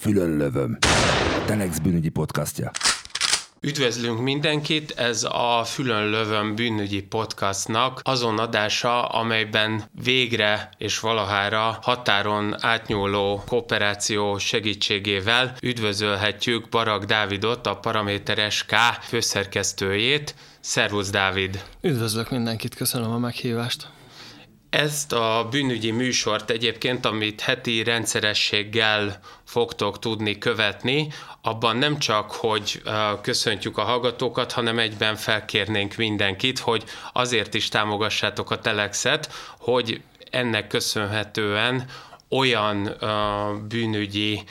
Fülönlövöm. A Telex bűnügyi podcastja. Üdvözlünk mindenkit, ez a Fülönlövöm bűnügyi podcastnak azon adása, amelyben végre és valahára határon átnyúló kooperáció segítségével üdvözölhetjük Barag Dávidot, a Paraméter SK főszerkesztőjét. Szervusz, Dávid! Üdvözlök mindenkit, köszönöm a meghívást! Ezt a bűnügyi műsort egyébként, amit heti rendszerességgel fogtok tudni követni, abban nem csak, hogy köszöntjük a hallgatókat, hanem egyben felkérnénk mindenkit, hogy azért is támogassátok a Telexet, hogy ennek köszönhetően olyan bűnügyi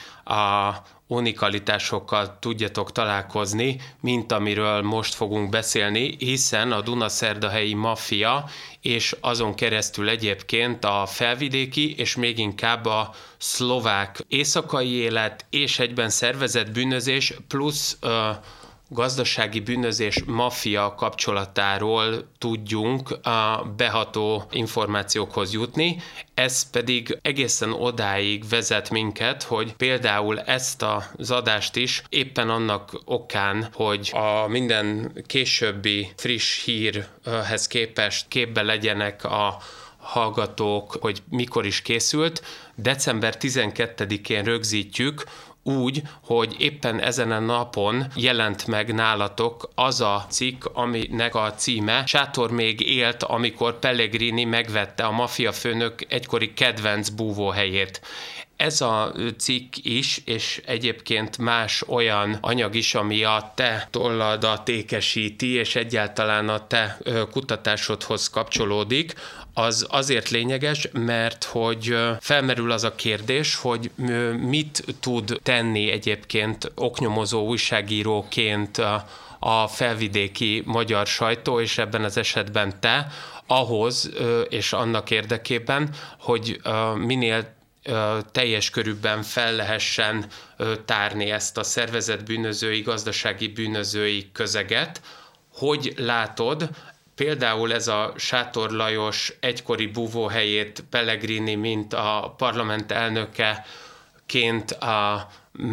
unikalitásokkal tudjatok találkozni, mint amiről most fogunk beszélni, hiszen a Dunaszerdahelyi maffia és azon keresztül egyébként a felvidéki és még inkább a szlovák éjszakai élet és egyben szervezett bűnözés plusz gazdasági bűnözés maffia kapcsolatáról tudjunk beható információkhoz jutni. Ez pedig egészen odáig vezet minket, hogy például ezt az adást is éppen annak okán, hogy a minden későbbi friss hírhez képest képbe legyenek a hallgatók, hogy mikor is készült. December 12-én rögzítjük, úgy, hogy éppen ezen a napon jelent meg nálatok az a cikk, aminek a címe Sátor még élt, amikor Pellegrini megvette a maffiafőnök egykori kedvenc búvóhelyét. Ez a cikk is, és egyébként más olyan anyag is, ami a te tolladat ékesíti, és egyáltalán a te kutatásodhoz kapcsolódik, az azért lényeges, mert hogy felmerül az a kérdés, hogy mit tud tenni egyébként oknyomozó újságíróként a felvidéki magyar sajtó, és ebben az esetben te, ahhoz és annak érdekében, hogy minél teljes körűbben fel lehessen tárni ezt a szervezett bűnözői, gazdasági bűnözői közeget. Hogy látod, például ez a Sátor Lajos egykori búvóhelyét Pellegrini, mint a parlament elnökeként a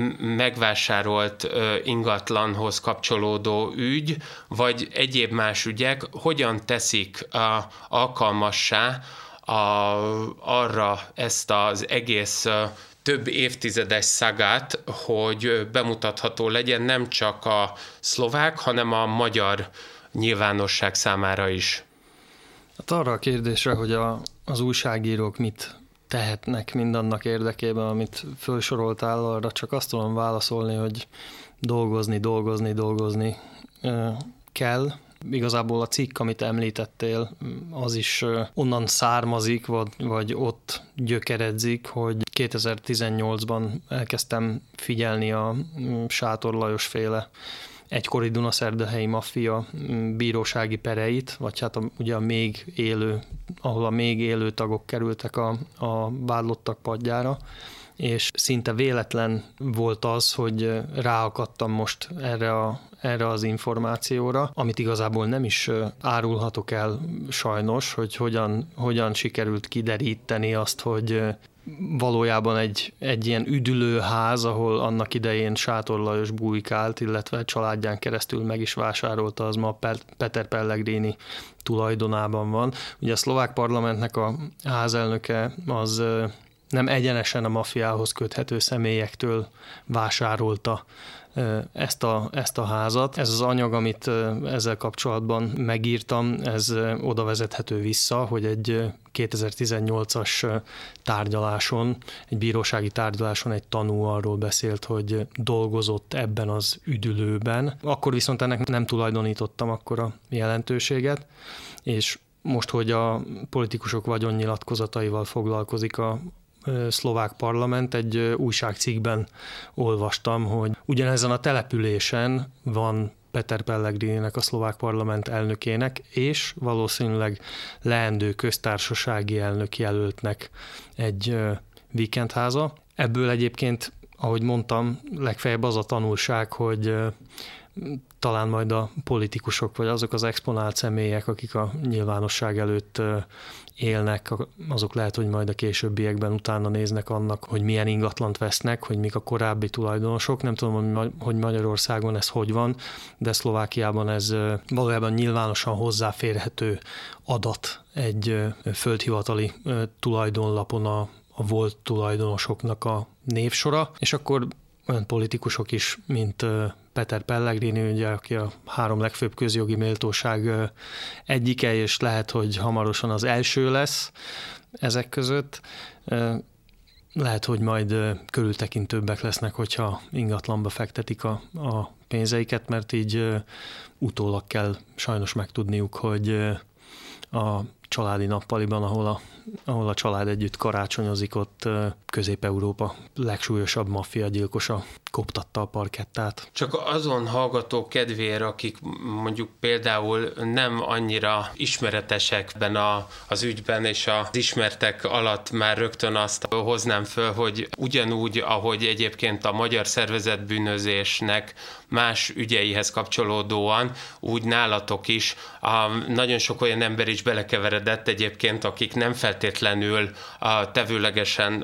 megvásárolt ingatlanhoz kapcsolódó ügy, vagy egyéb más ügyek, hogyan teszik alkalmassá arra ezt az egész több évtizedes szagát, hogy bemutatható legyen nem csak a szlovák, hanem a magyar nyilvánosság számára is. Hát arra a kérdésre, hogy az újságírók mit tehetnek mindannak érdekében, amit felsoroltál, arra csak azt tudom válaszolni, hogy dolgozni kell. Igazából a cikk, amit említettél, az is onnan származik, vagy ott gyökeredzik, hogy 2018-ban elkezdtem figyelni a Sátor Lajos féle egykori Dunaszerdahelyi maffia bírósági pereit, vagy hát ugye ahol a még élő tagok kerültek a vádlottak padjára, és szinte véletlen volt az, hogy ráakadtam most erre az információra, amit igazából nem is árulhatok el sajnos, hogy hogyan sikerült kideríteni azt, hogy valójában egy ilyen üdülőház, ahol annak idején Sátor Lajos bujkált, illetve családján keresztül meg is vásárolta, az ma Peter Pellegrini tulajdonában van. Ugye a szlovák parlamentnek a házelnöke az nem egyenesen a maffiához köthető személyektől vásárolta ezt a házat. Ez az anyag, amit ezzel kapcsolatban megírtam, ez oda vezethető vissza, hogy egy 2018-as tárgyaláson, egy bírósági tárgyaláson egy tanú arról beszélt, hogy dolgozott ebben az üdülőben. Akkor viszont ennek nem tulajdonítottam akkora jelentőséget, és most, hogy a politikusok vagyonnyilatkozataival foglalkozik a szlovák parlament, egy újságcikkben olvastam, hogy ugyanezen a településen van Peter Pellegrininek, a szlovák parlament elnökének, és valószínűleg leendő köztársasági elnök jelöltnek egy víkendháza. Ebből egyébként, ahogy mondtam, legfeljebb az a tanulság, hogy talán majd a politikusok, vagy azok az exponált személyek, akik a nyilvánosság előtt élnek, azok lehet, hogy majd a későbbiekben utána néznek annak, hogy milyen ingatlant vesznek, hogy mik a korábbi tulajdonosok. Nem tudom, hogy Magyarországon ez hogy van, de Szlovákiában ez valójában nyilvánosan hozzáférhető adat egy földhivatali tulajdonlapon a volt tulajdonosoknak a névsora, és akkor olyan politikusok is, mint Peter Pellegrini, ugye, aki a 3 legfőbb közjogi méltóság egyike, és lehet, hogy hamarosan az első lesz ezek között. Lehet, hogy majd körültekintőbbek lesznek, hogyha ingatlanba fektetik a pénzeiket, mert így utólag kell sajnos megtudniuk, hogy a családi nappaliban, ahol a család együtt karácsonyozik, ott Közép-Európa legsúlyosabb maffiagyilkosa koptatta a parkettát. Csak azon hallgatók kedvéért, akik mondjuk például nem annyira ismeretesek az ügyben, és az ismertek alatt már rögtön azt hoznám föl, hogy ugyanúgy, ahogy egyébként a magyar szervezetbűnözésnek más ügyeihez kapcsolódóan, úgy nálatok is nagyon sok olyan ember is belekeveredett egyébként, akik nem feltétlenül tevőlegesen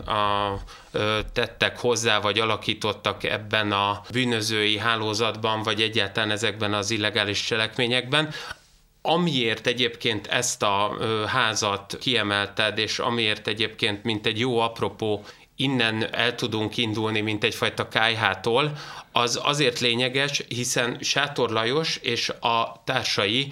tettek hozzá, vagy alakítottak ebben a bűnözői hálózatban, vagy egyáltalán ezekben az illegális cselekményekben. Amiért egyébként ezt a házat kiemelted, és amiért egyébként mint egy jó apropó innen el tudunk indulni, mint egyfajta kályhától, az azért lényeges, hiszen Sátor Lajos és a társai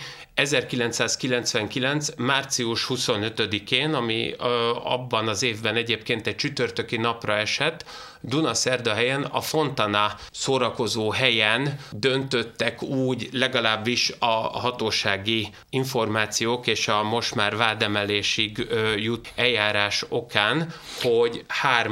1999. március 25-én, ami abban az évben egyébként egy csütörtöki napra esett, Dunaszerdahelyen, a Fontana szórakozó helyen döntöttek úgy, legalábbis a hatósági információk és a most már vádemelésig jut eljárás okán, hogy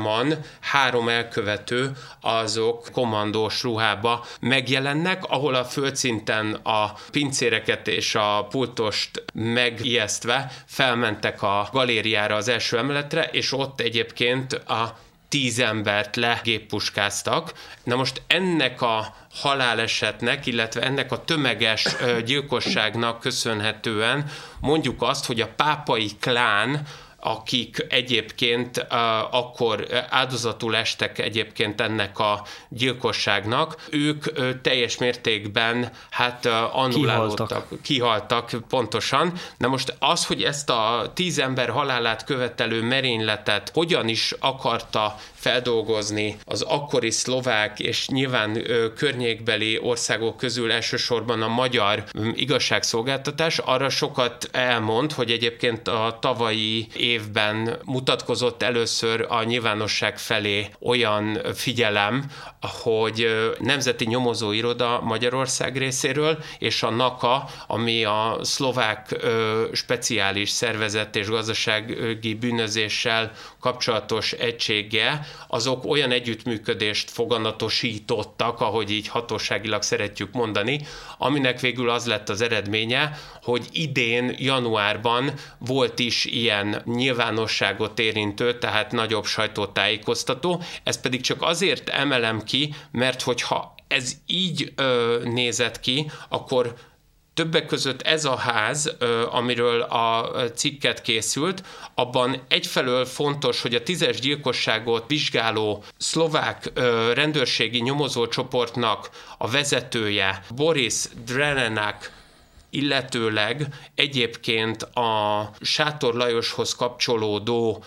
3 elkövető azok kommandós ruhába megjelennek, ahol a földszinten a pincéreket és a pultost megijesztve felmentek a galériára, az első emeletre, és ott egyébként a 10 embert legéppuskáztak. Na most ennek a halálesetnek, illetve ennek a tömeges gyilkosságnak köszönhetően mondjuk azt, hogy a pápai klán, akik egyébként akkor áldozatul estek egyébként ennek a gyilkosságnak, ők teljes mértékben annullálódtak, kihaltak pontosan. Na most az, hogy ezt a 10 ember halálát követelő merényletet hogyan is akarta feldolgozni az akkori szlovák és nyilván környékbeli országok közül elsősorban a magyar igazságszolgáltatás, arra sokat elmond, hogy egyébként a tavalyi évben mutatkozott először a nyilvánosság felé olyan figyelem, hogy Nemzeti Nyomozóiroda Magyarország részéről, és a NAKA, ami a szlovák speciális szervezet és gazdasági bűnözéssel kapcsolatos egysége, azok olyan együttműködést foganatosítottak, ahogy így hatóságilag szeretjük mondani, aminek végül az lett az eredménye, hogy idén januárban volt is ilyen nyilvánosságot érintő, tehát nagyobb sajtótájékoztató. Ezt pedig csak azért emelem ki, mert hogyha ez így nézett ki, akkor többek között ez a ház, amiről a cikket készült, abban egyfelől fontos, hogy a 10-es gyilkosságot vizsgáló szlovák rendőrségi nyomozócsoportnak a vezetője, Boris Drevenak, illetőleg egyébként a Sátor Lajoshoz kapcsolódó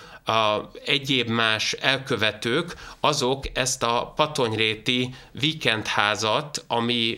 egyéb más elkövetők, azok ezt a patonyréti víkendházat, ami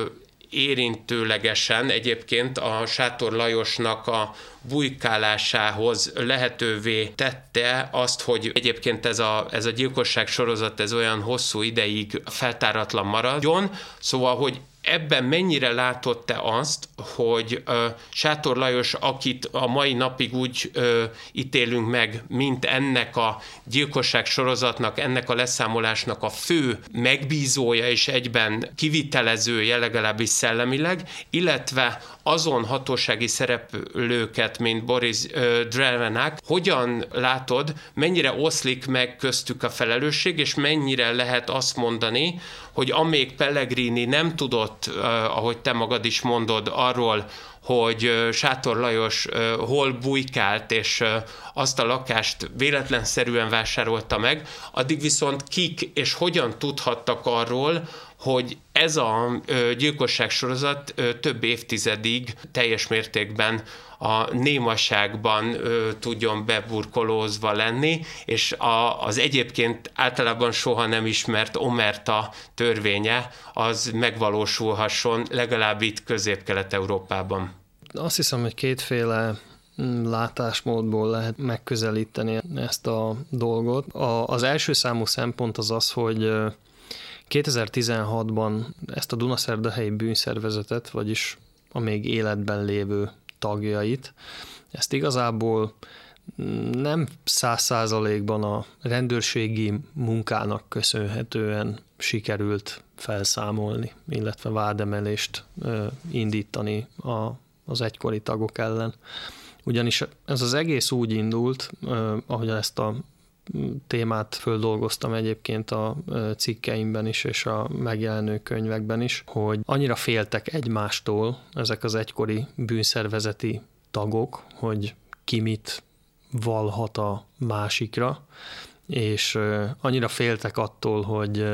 érintőlegesen egyébként a Sátor Lajosnak a bujkálásához lehetővé tette azt, hogy egyébként ez a gyilkosság sorozat ez olyan hosszú ideig feltáratlan maradjon. Szóval, hogy ebben mennyire látott te azt, hogy Sátor Lajos, akit a mai napig úgy ítélünk meg, mint ennek a gyilkosság sorozatnak, ennek a leszámolásnak a fő megbízója és egyben kivitelezője, legalábbis szellemileg, illetve azon hatósági szereplőket, mint Boris Drevenak, hogyan látod, mennyire oszlik meg köztük a felelősség, és mennyire lehet azt mondani, hogy amíg Pellegrini nem tudott beszámolott, ahogy te magad is mondod, arról, hogy Sátor Lajos hol bujkált, és azt a lakást véletlenszerűen vásárolta meg, addig viszont kik és hogyan tudhattak arról, hogy ez a gyilkosságsorozat több évtizedig teljes mértékben a némaságban tudjon beburkolózva lenni, és az egyébként általában soha nem ismert omerta törvénye az megvalósulhasson, legalább itt Közép-Kelet-Európában. Azt hiszem, hogy kétféle látásmódból lehet megközelíteni ezt a dolgot. Az első számú szempont az az, hogy 2016-ban ezt a Dunaszerdahelyi bűnszervezetet, vagyis a még életben lévő tagjait, ezt igazából nem 100%-ban a rendőrségi munkának köszönhetően sikerült felszámolni, illetve vádemelést indítani az egykori tagok ellen. Ugyanis ez az egész úgy indult, ahogy ezt a témát földolgoztam egyébként a cikkeimben is, és a megjelenő könyvekben is, hogy annyira féltek egymástól ezek az egykori bűnszervezeti tagok, hogy ki mit vallhat a másikra, és annyira féltek attól, hogy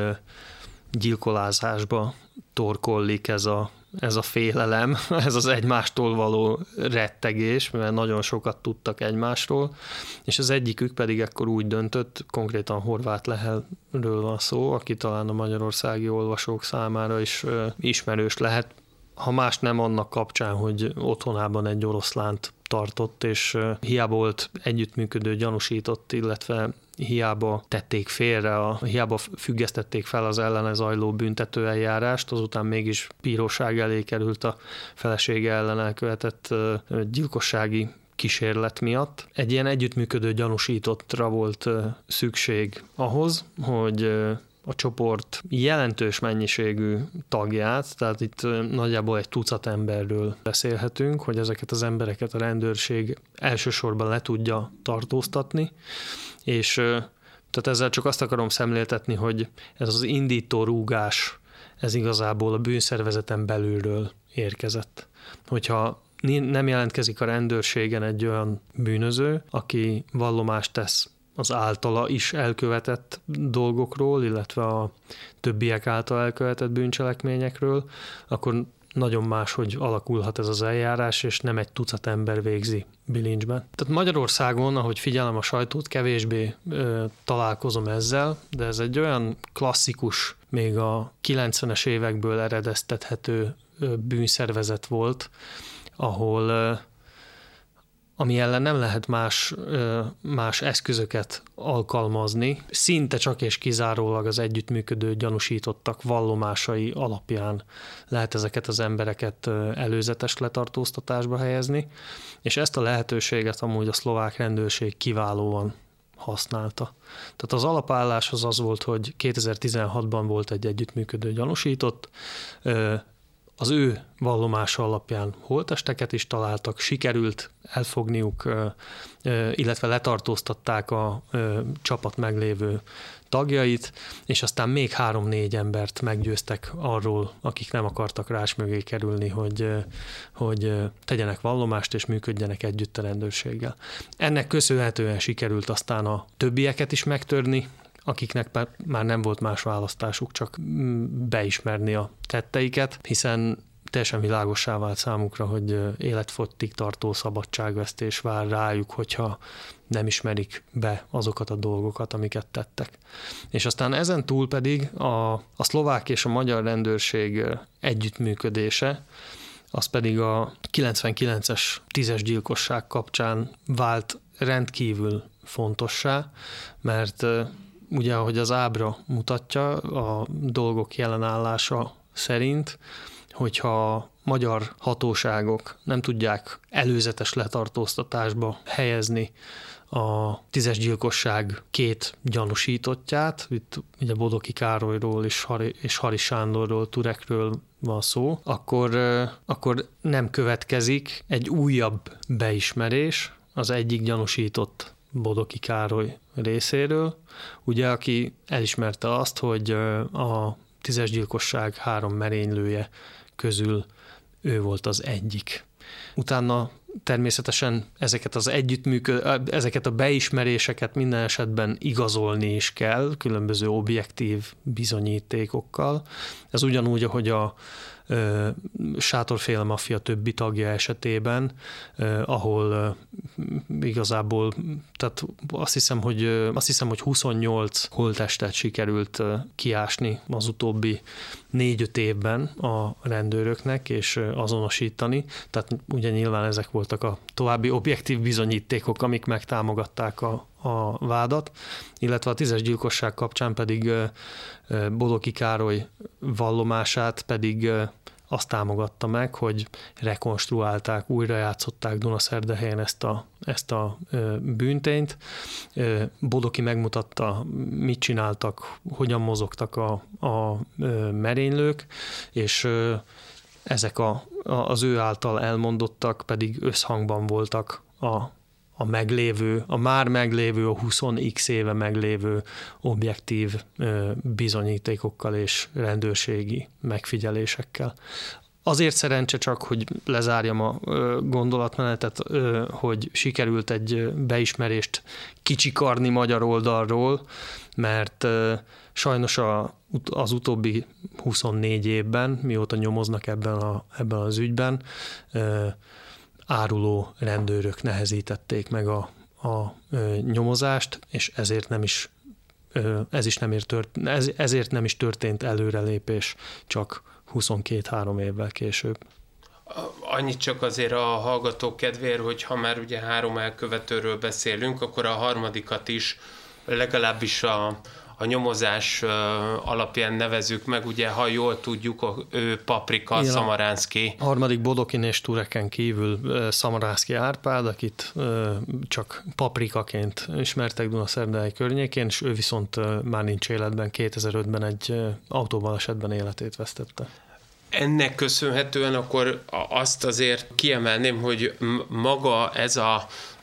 gyilkolázásba torkollik ez a félelem, ez az egymástól való rettegés, mert nagyon sokat tudtak egymásról, és az egyikük pedig ekkor úgy döntött, konkrétan Horváth Lehelről van szó, aki talán a magyarországi olvasók számára is ismerős lehet, ha más nem annak kapcsán, hogy otthonában egy oroszlánt tartott, és hiába volt együttműködő gyanúsított, illetve hiába tették félre, hiába függesztették fel az ellene zajló büntetőeljárást, azután mégis bíróság elé került a felesége ellen elkövetett gyilkossági kísérlet miatt. Egy ilyen együttműködő gyanúsítottra volt szükség ahhoz, hogy a csoport jelentős mennyiségű tagját, tehát itt nagyjából egy tucat emberről beszélhetünk, hogy ezeket az embereket a rendőrség elsősorban le tudja tartóztatni, és tehát ezzel csak azt akarom szemléltetni, hogy ez az indító rúgás, ez igazából a bűnszervezeten belülről érkezett. Hogyha nem jelentkezik a rendőrségen egy olyan bűnöző, aki vallomást tesz az általa is elkövetett dolgokról, illetve a többiek által elkövetett bűncselekményekről, akkor nagyon máshogy alakulhat ez az eljárás, és nem egy tucat ember végzi bilincsben. Tehát Magyarországon, ahogy figyelem a sajtót, kevésbé találkozom ezzel, de ez egy olyan klasszikus, még a 90-es évekből eredeztethető bűnszervezet volt, ahol ami ellen nem lehet más eszközöket alkalmazni, szinte csak és kizárólag az együttműködő gyanúsítottak vallomásai alapján lehet ezeket az embereket előzetes letartóztatásba helyezni, és ezt a lehetőséget amúgy a szlovák rendőrség kiválóan használta. Tehát az alapállás az volt, hogy 2016-ban volt egy együttműködő gyanúsított, az ő vallomása alapján holttesteket is találtak, sikerült elfogniuk, illetve letartóztatták a csapat meglévő tagjait, és aztán még 3-4 embert meggyőztek arról, akik nem akartak rás mögé kerülni, hogy tegyenek vallomást és működjenek együtt a rendőrséggel. Ennek köszönhetően sikerült aztán a többieket is megtörni, akiknek már nem volt más választásuk, csak beismerni a tetteiket, hiszen teljesen világossá vált számukra, hogy életfogytig tartó szabadságvesztés vár rájuk, hogyha nem ismerik be azokat a dolgokat, amiket tettek. És aztán ezen túl pedig a szlovák és a magyar rendőrség együttműködése, az pedig a 99-es 10-es gyilkosság kapcsán vált rendkívül fontossá, mert ugye, ahogy az ábra mutatja, a dolgok jelenállása szerint, hogyha a magyar hatóságok nem tudják előzetes letartóztatásba helyezni a 10-es gyilkosság 2 gyanúsítottját, itt ugye Bodoki Károlyról és Haris Sándorról, Turekről van szó, akkor nem következik egy újabb beismerés az egyik gyanúsított Bodoki Károly részéről, ugye, aki elismerte azt, hogy a 10-es gyilkosság 3 merénylője közül ő volt az egyik. Utána természetesen ezeket a beismeréseket minden esetben igazolni is kell, különböző objektív bizonyítékokkal. Ez ugyanúgy, ahogy a sátorféle maffia többi tagja esetében, ahol igazából, tehát azt hiszem, hogy 28 holttestet sikerült kiásni az utóbbi 4-5 évben a rendőröknek, és azonosítani. Tehát ugye nyilván ezek voltak a további objektív bizonyítékok, amik megtámogatták a vádat, illetve a 10-es gyilkosság kapcsán pedig Bodoki Károly vallomását pedig azt támogatta meg, hogy rekonstruálták, újrajátszották Dunaszerdahelyen ezt a bűntényt. Bodoki megmutatta, mit csináltak, hogyan mozogtak a merénylők, és ezek az ő által elmondottak pedig összhangban voltak a már meglévő, a 20x éve meglévő objektív bizonyítékokkal és rendőrségi megfigyelésekkel. Azért szerencse csak, hogy lezárjam a gondolatmenetet, hogy sikerült egy beismerést kicsikarni magyar oldalról, mert sajnos az utóbbi 24 évben, mióta nyomoznak ebben az ügyben, áruló rendőrök nehezítették meg a nyomozást, és ezért nem is történt előrelépés csak 22-3 évvel később. Annyit csak azért a hallgatók kedvéért, hogy ha már ugye 3 elkövetőről beszélünk, akkor a harmadikat is legalábbis a nyomozás alapján nevezzük meg, ugye, ha jól tudjuk, ő Paprika Szamaránszky. A harmadik Bodokin és Tureken kívül Szamaránszky Árpád, akit csak Paprikaként ismertek Dunaszerdahely környékén, és ő viszont már nincs életben, 2005-ben egy autóbalesetben életét vesztette. Ennek köszönhetően akkor azt azért kiemelném, hogy maga ez a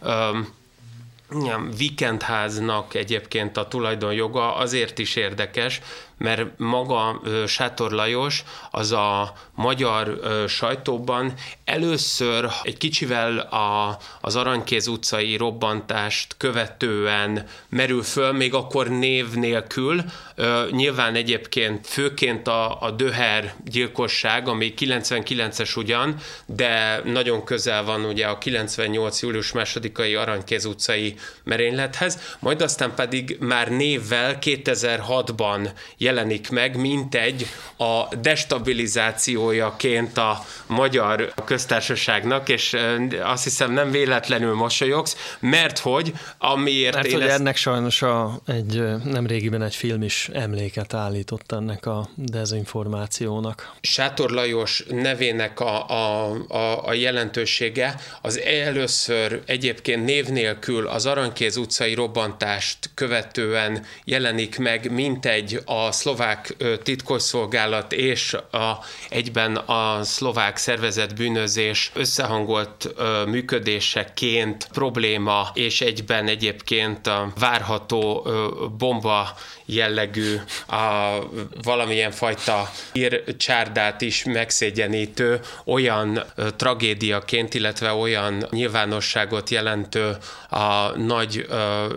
Vikendháznak egyébként a tulajdonjoga azért is érdekes, mert maga Sátor Lajos az a magyar sajtóban először egy kicsivel az Aranykéz utcai robbantást követően merül föl, még akkor név nélkül. Nyilván egyébként főként a Döher gyilkosság, ami 99-es ugyan, de nagyon közel van ugye a 98. július 2-ai Aranykéz utcai merénylethez, majd aztán pedig már névvel 2006-ban jelenik meg, mintegy a destabilizációjaként a magyar köztársaságnak, és azt hiszem nem véletlenül mosolyogsz, mert hogy ennek sajnos nemrégiben egy film is emléket állított ennek a dezinformációnak. Sátor Lajos nevének a jelentősége az először egyébként név nélkül az Aranykéz utcai robbantást követően jelenik meg, mintegy a szlovák titkosszolgálat és egyben a szlovák szervezett bűnözés összehangolt működéseként probléma, és egyben egyébként a várható bomba jellegű valamilyen fajta hírcsárdát is megszégyenítő olyan tragédiaként, illetve olyan nyilvánosságot jelentő a nagy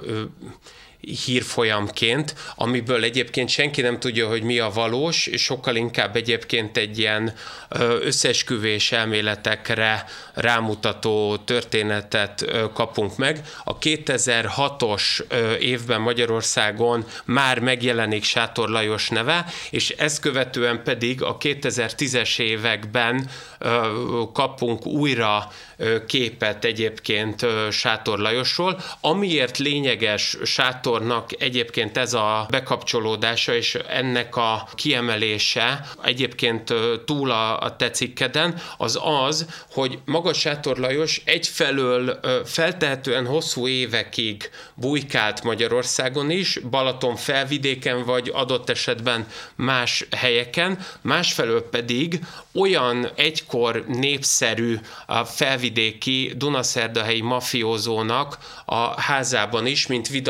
hírfolyamként, amiből egyébként senki nem tudja, hogy mi a valós, és sokkal inkább egyébként egy ilyen összeesküvés elméletekre rámutató történetet kapunk meg. A 2006-os évben Magyarországon már megjelenik Sátor Lajos neve, és ezt követően pedig a 2010-es években kapunk újra képet egyébként Sátor Lajosról, amiért lényeges Sátornak egyébként ez a bekapcsolódása és ennek a kiemelése egyébként túl a te cikkeden, az, hogy maga Sátor Lajos egyfelől feltehetően hosszú évekig bujkált Magyarországon is, Balaton felvidéken vagy adott esetben más helyeken, másfelől pedig olyan egykor népszerű a felvidéki dunaszerdahelyi mafiózónak a házában is, mint Vida Tamás,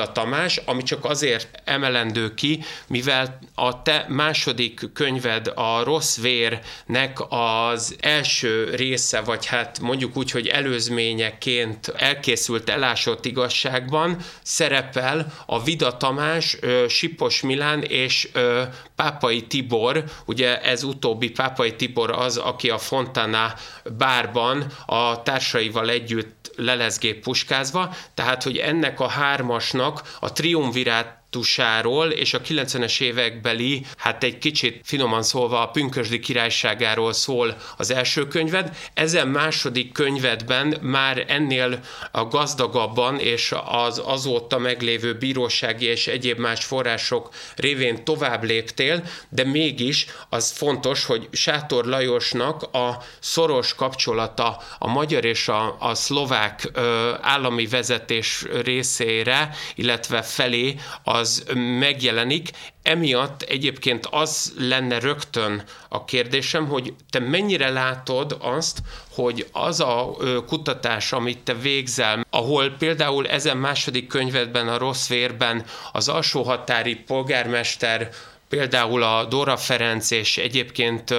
Tamás, ami csak azért emelendő ki, mivel a te második könyved a Rossz vérnek az első része, vagy hát mondjuk úgy, hogy előzményeként elkészült Elásott igazságban szerepel a Vida Tamás, Sipos Milán és Pápai Tibor, ugye ez utóbbi Pápai Tibor az, aki a Fontana bárban a társaival együtt lelezgép puskázva, tehát hogy ennek a hármasnak a triumvirátusáról és a 90-es évekbeli, hát egy kicsit finoman szólva a pünkösdi királyságáról szól az első könyved. Ezen második könyvedben már ennél a gazdagabban és az azóta meglévő bírósági és egyéb más források révén tovább léptél, de mégis az fontos, hogy Sátor Lajosnak a szoros kapcsolata a magyar és a szlovák állami vezetés részére, illetve felé az megjelenik. Emiatt egyébként az lenne rögtön a kérdésem, hogy te mennyire látod azt, hogy az a kutatás, amit te végzel, ahol például ezen második könyvedben, a Rossz vérben az alsóhatári polgármester, például a Dóra Ferenc és egyébként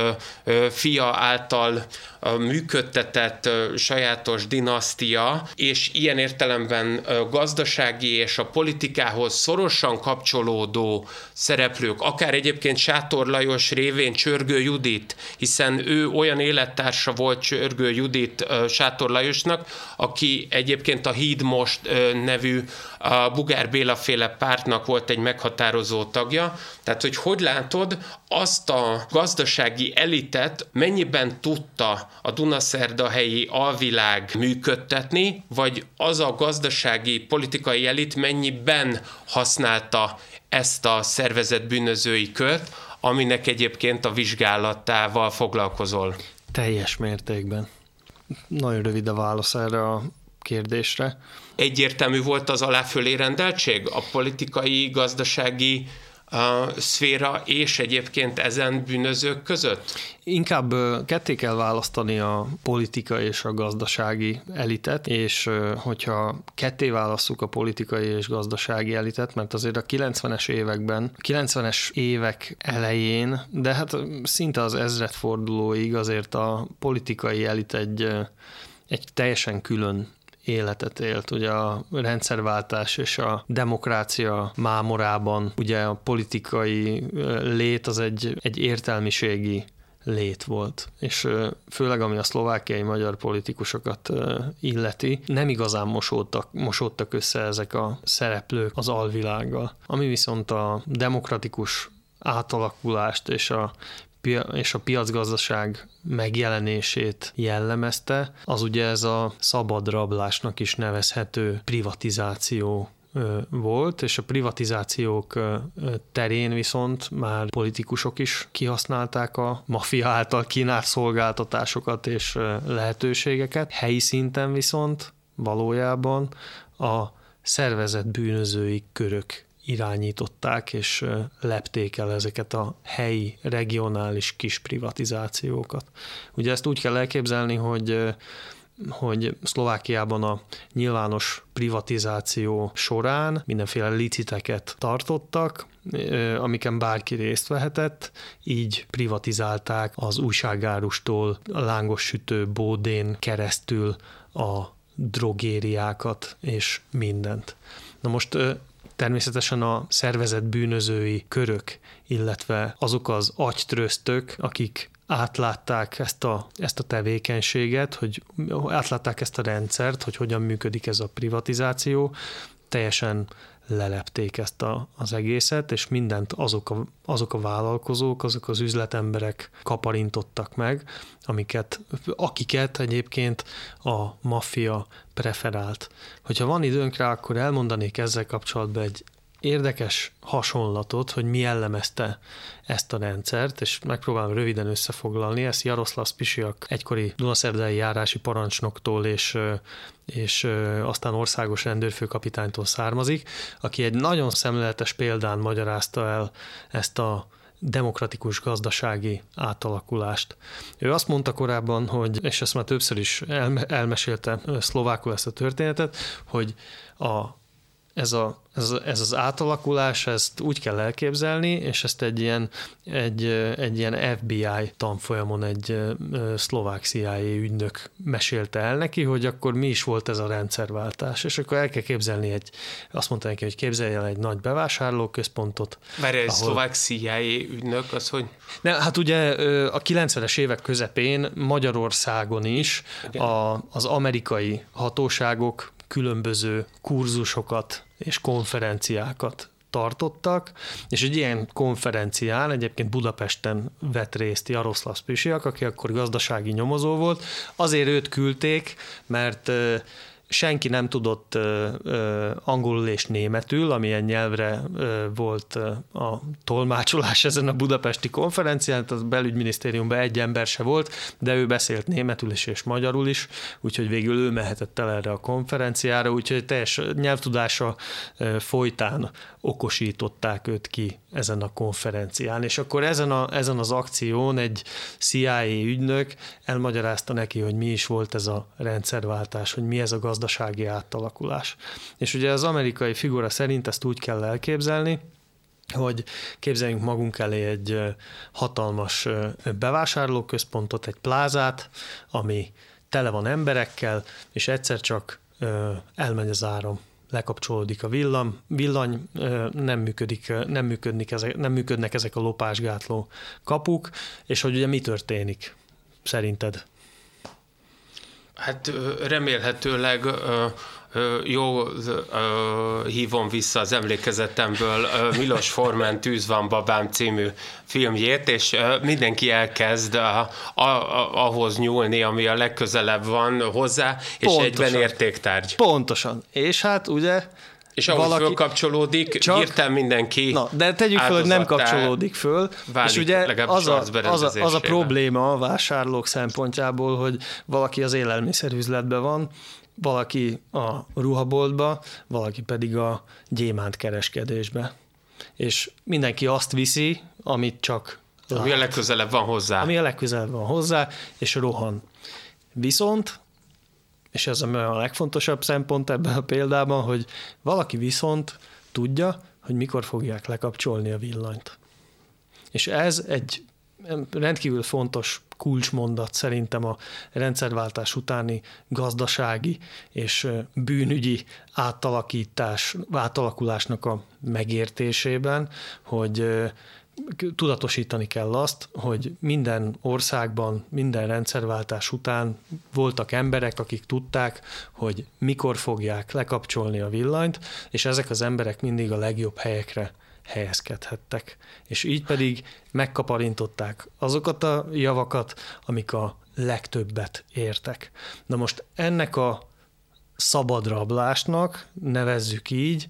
fia által működtetett sajátos dinasztia, és ilyen értelemben gazdasági és a politikához szorosan kapcsolódó szereplők, akár egyébként Sátor Lajos révén Csörgő Judit, hiszen ő olyan élettársa volt Csörgő Judit Sátor Lajosnak, aki egyébként a Híd Most nevű a Bugár Béla féle pártnak volt egy meghatározó tagja. Tehát, hogy látod azt a gazdasági elitet, mennyiben tudta a dunaszerdahelyi alvilág működtetni, vagy az a gazdasági politikai elit mennyiben használta ezt a szervezett bűnözői kört, aminek egyébként a vizsgálatával foglalkozol? Teljes mértékben. Nagyon rövid a válasz erre a kérdésre. Egyértelmű volt az aláfölé rendeltség a politikai, gazdasági szféra és egyébként ezen bűnözők között? Inkább ketté kell választani a politika és a gazdasági elitet, és hogyha ketté válasszuk a politikai és gazdasági elitet, mert azért a 90-es évek elején, de hát szinte az ezredfordulóig azért a politikai elit egy teljesen külön életet élt. Ugye a rendszerváltás és a demokrácia mámorában ugye a politikai lét az egy értelmiségi lét volt, és főleg ami a szlovákiai magyar politikusokat illeti, nem igazán mosódtak össze ezek a szereplők az alvilággal. Ami viszont a demokratikus átalakulást és a piacgazdaság megjelenését jellemezte, az ugye ez a szabad rablásnak is nevezhető privatizáció volt, és a privatizációk terén viszont már politikusok is kihasználták a maffia által kínált szolgáltatásokat és lehetőségeket. Helyi szinten viszont valójában a szervezett bűnözői körök irányították és lepték el ezeket a helyi, regionális kis privatizációkat. Ugye ezt úgy kell elképzelni, hogy Szlovákiában a nyilvános privatizáció során mindenféle liciteket tartottak, amiken bárki részt vehetett, így privatizálták az újságárustól a lángossütő bódén keresztül a drogériákat és mindent. Na most természetesen a szervezett bűnözői körök, illetve azok az agytröztök, akik átlátták ezt a tevékenységet, hogy átlátták ezt a rendszert, hogy hogyan működik ez a privatizáció, teljesen lelepték ezt az egészet, és mindent azok a vállalkozók, azok az üzletemberek kaparintottak meg, akiket egyébként a maffia preferált. Hogyha van időnk rá, akkor elmondanék ezzel kapcsolatban egy érdekes hasonlatot, hogy mi jellemezte ezt a rendszert, és megpróbálom röviden összefoglalni. Ez Jaroszláv Spisiak egykori dunaszerdai járási parancsnoktól és aztán országos rendőrfőkapitánytól származik, aki egy nagyon szemléletes példán magyarázta el ezt a demokratikus gazdasági átalakulást. Ő azt mondta korábban, és ezt már többször is elmesélte szlovákul ezt a történetet, hogy a ez az átalakulás, ezt úgy kell elképzelni, és ezt egy ilyen FBI tanfolyamon egy szlovák CIA ügynök mesélte el neki, hogy akkor mi is volt ez a rendszerváltás. És akkor el kell képzelni azt mondta neki, hogy képzelj el egy nagy bevásárlóközpontot. Mert egy szlovák CIA ügynök, az hogy? Hát ugye a 90-es évek közepén Magyarországon is az amerikai hatóságok különböző kurzusokat és konferenciákat tartottak, és egy ilyen konferencián egyébként Budapesten vett részt Jaroszláv Spisiak, aki akkor gazdasági nyomozó volt. Azért őt küldték, mert senki nem tudott angolul és németül, amilyen nyelvre volt a tolmácsolás ezen a budapesti konferencián, a belügyminisztériumban egy ember se volt, de ő beszélt németül is és magyarul is, úgyhogy végül ő mehetett el erre a konferenciára, úgyhogy teljes nyelvtudása folytán okosították őt ki ezen a konferencián. És akkor ezen az akción egy CIA ügynök elmagyarázta neki, hogy mi is volt ez a rendszerváltás, hogy mi ez a gazdasági átalakulás. És ugye az amerikai figura szerint ezt úgy kell elképzelni, hogy képzeljünk magunk elé egy hatalmas bevásárlóközpontot, egy plázát, ami tele van emberekkel, és egyszer csak elmegy az áram. Lekapcsolódik a villany, nem működnek ezek a lopásgátló kapuk, és hogy ugye mi történik szerinted? Hát remélhetőleg jó hívom vissza az emlékezetemből Milos Forman Tűz van babám című filmjét, és mindenki elkezd ahhoz nyúlni, ami a legközelebb van hozzá, és pontosan, egyben értéktárgy. Pontosan. És hát ugye... És ahogy fölkapcsolódik, hirtelen mindenki de tegyük föl, hogy nem kapcsolódik föl, és ugye az a probléma a vásárlók szempontjából, hogy valaki az élelmiszerüzletben van, valaki a ruhaboltba, valaki pedig a gyémántkereskedésbe. És mindenki azt viszi, amit csak lát. Ami a legközelebb van hozzá. És rohan. Viszont, és ez a legfontosabb szempont ebben a példában, hogy valaki viszont tudja, hogy mikor fogják lekapcsolni a villanyt. És ez egy rendkívül fontos kulcsmondat szerintem a rendszerváltás utáni gazdasági és bűnügyi átalakulásnak a megértésében, hogy tudatosítani kell azt, hogy minden országban, minden rendszerváltás után voltak emberek, akik tudták, hogy mikor fogják lekapcsolni a villanyt, és ezek az emberek mindig a legjobb helyekre helyezkedhettek. És így pedig megkaparintották azokat a javakat, amik a legtöbbet értek. Na most ennek a szabad rablásnak, nevezzük így,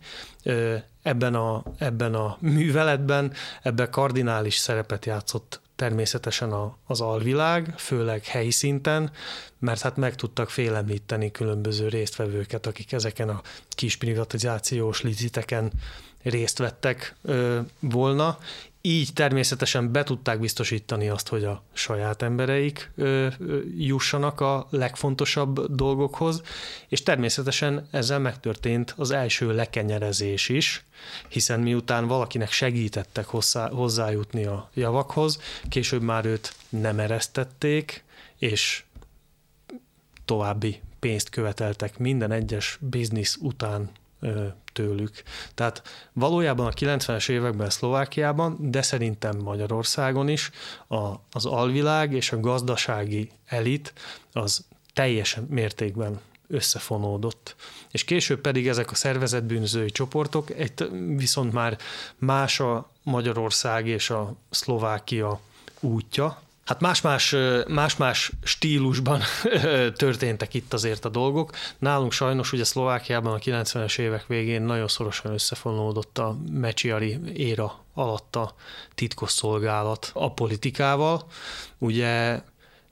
ebben a műveletben, ebben kardinális szerepet játszott természetesen az alvilág, főleg helyi szinten, mert hát meg tudtak félemlíteni különböző résztvevőket, akik ezeken a kis privatizációs liciteken részt vettek volna. Így természetesen be tudták biztosítani azt, hogy a saját embereik jussanak a legfontosabb dolgokhoz, és természetesen ezzel megtörtént az első lekenyerezés is, hiszen miután valakinek segítettek hozzájutni a javakhoz, később már őt nem eresztették, és további pénzt követeltek minden egyes biznisz után tőlük. Tehát valójában a 90-es években Szlovákiában, de szerintem Magyarországon is az alvilág és a gazdasági elit az teljes mértékben összefonódott. És később pedig ezek a szervezetbűnözői csoportok viszont már más a Magyarország és a Szlovákia útja. Hát más-más stílusban történtek itt azért a dolgok. Nálunk sajnos ugye Szlovákiában a 90-es évek végén nagyon szorosan összefonódott a Mečiari éra alatt a titkosszolgálat a politikával. Ugye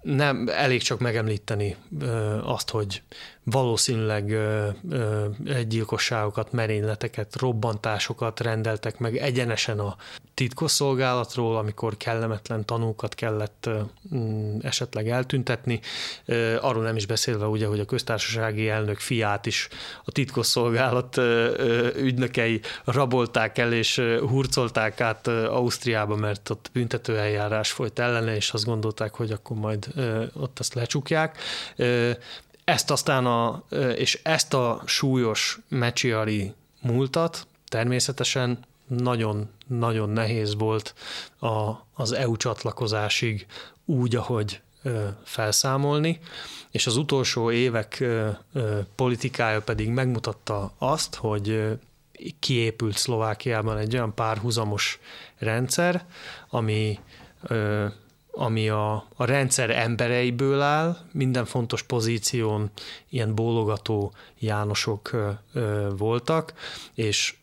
nem elég csak megemlíteni azt, hogy valószínűleg gyilkosságokat, merényleteket, robbantásokat rendeltek meg egyenesen a titkosszolgálatról, amikor kellemetlen tanúkat kellett esetleg eltüntetni. Arról nem is beszélve ugye, hogy a köztársasági elnök fiát is a titkosszolgálat ügynökei rabolták el és hurcolták át Ausztriába, mert ott büntetőeljárás folyt ellene, és azt gondolták, hogy akkor majd ott azt lecsukják. Ezt aztán és ezt a súlyos mecsiari múltat természetesen nagyon nehéz volt az EU csatlakozásig úgy, ahogy felszámolni, és az utolsó évek politikája pedig megmutatta azt, hogy kiépült Szlovákiában egy olyan párhuzamos rendszer, ami a rendszer embereiből áll, minden fontos pozíción ilyen bólogató Jánosok voltak, és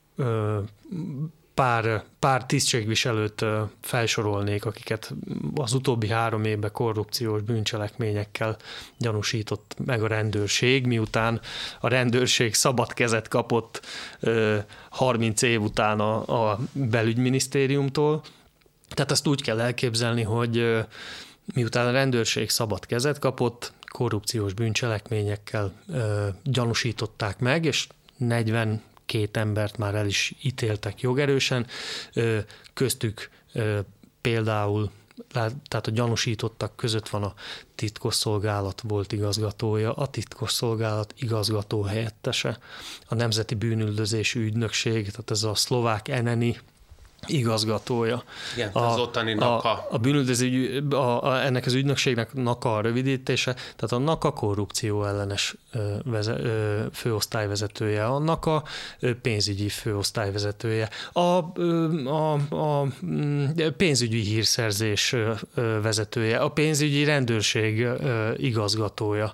pár tisztségviselőt felsorolnék, akiket az utóbbi 3 évben korrupciós bűncselekményekkel gyanúsított meg a rendőrség, miután a rendőrség szabad kezet kapott 30 év után a belügyminisztériumtól. Tehát ezt úgy kell elképzelni, hogy miután a rendőrség szabad kezet kapott, korrupciós bűncselekményekkel gyanúsították meg, és 42 embert már el is ítéltek jogerősen, köztük például, tehát a gyanúsítottak között van a titkosszolgálat volt igazgatója, a titkosszolgálat igazgató helyettese, a Nemzeti Bűnüldözési Ügynökség, tehát ez a szlovák NNI igazgatója. Igen, az ottani NAKA. A bűnüldöző, ennek az ügynökségnek NAKA a rövidítése, tehát a NAKA korrupció ellenes főosztályvezetője, a NAKA pénzügyi főosztályvezetője, a pénzügyi hírszerzés vezetője, a pénzügyi rendőrség igazgatója,